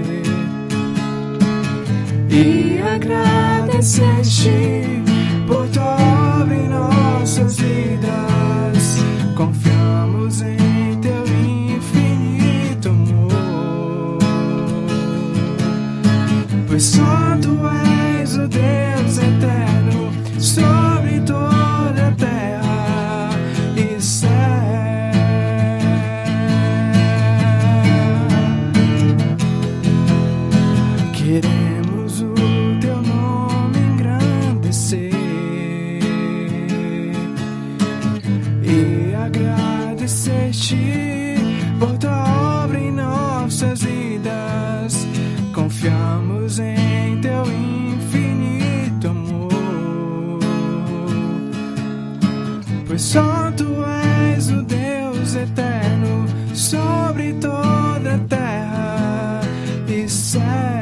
e agradecer-te por tua obra em nossas vidas. Confiamos em teu infinito amor, pois só tu és o Deus eterno sobre toda a terra e céu. Queremos o teu nome engrandecer e agradecer-te por tua obra em nossas vidas. Confiamos em teu infinito amor, pois só tu és o Deus eterno sobre toda a terra e céu.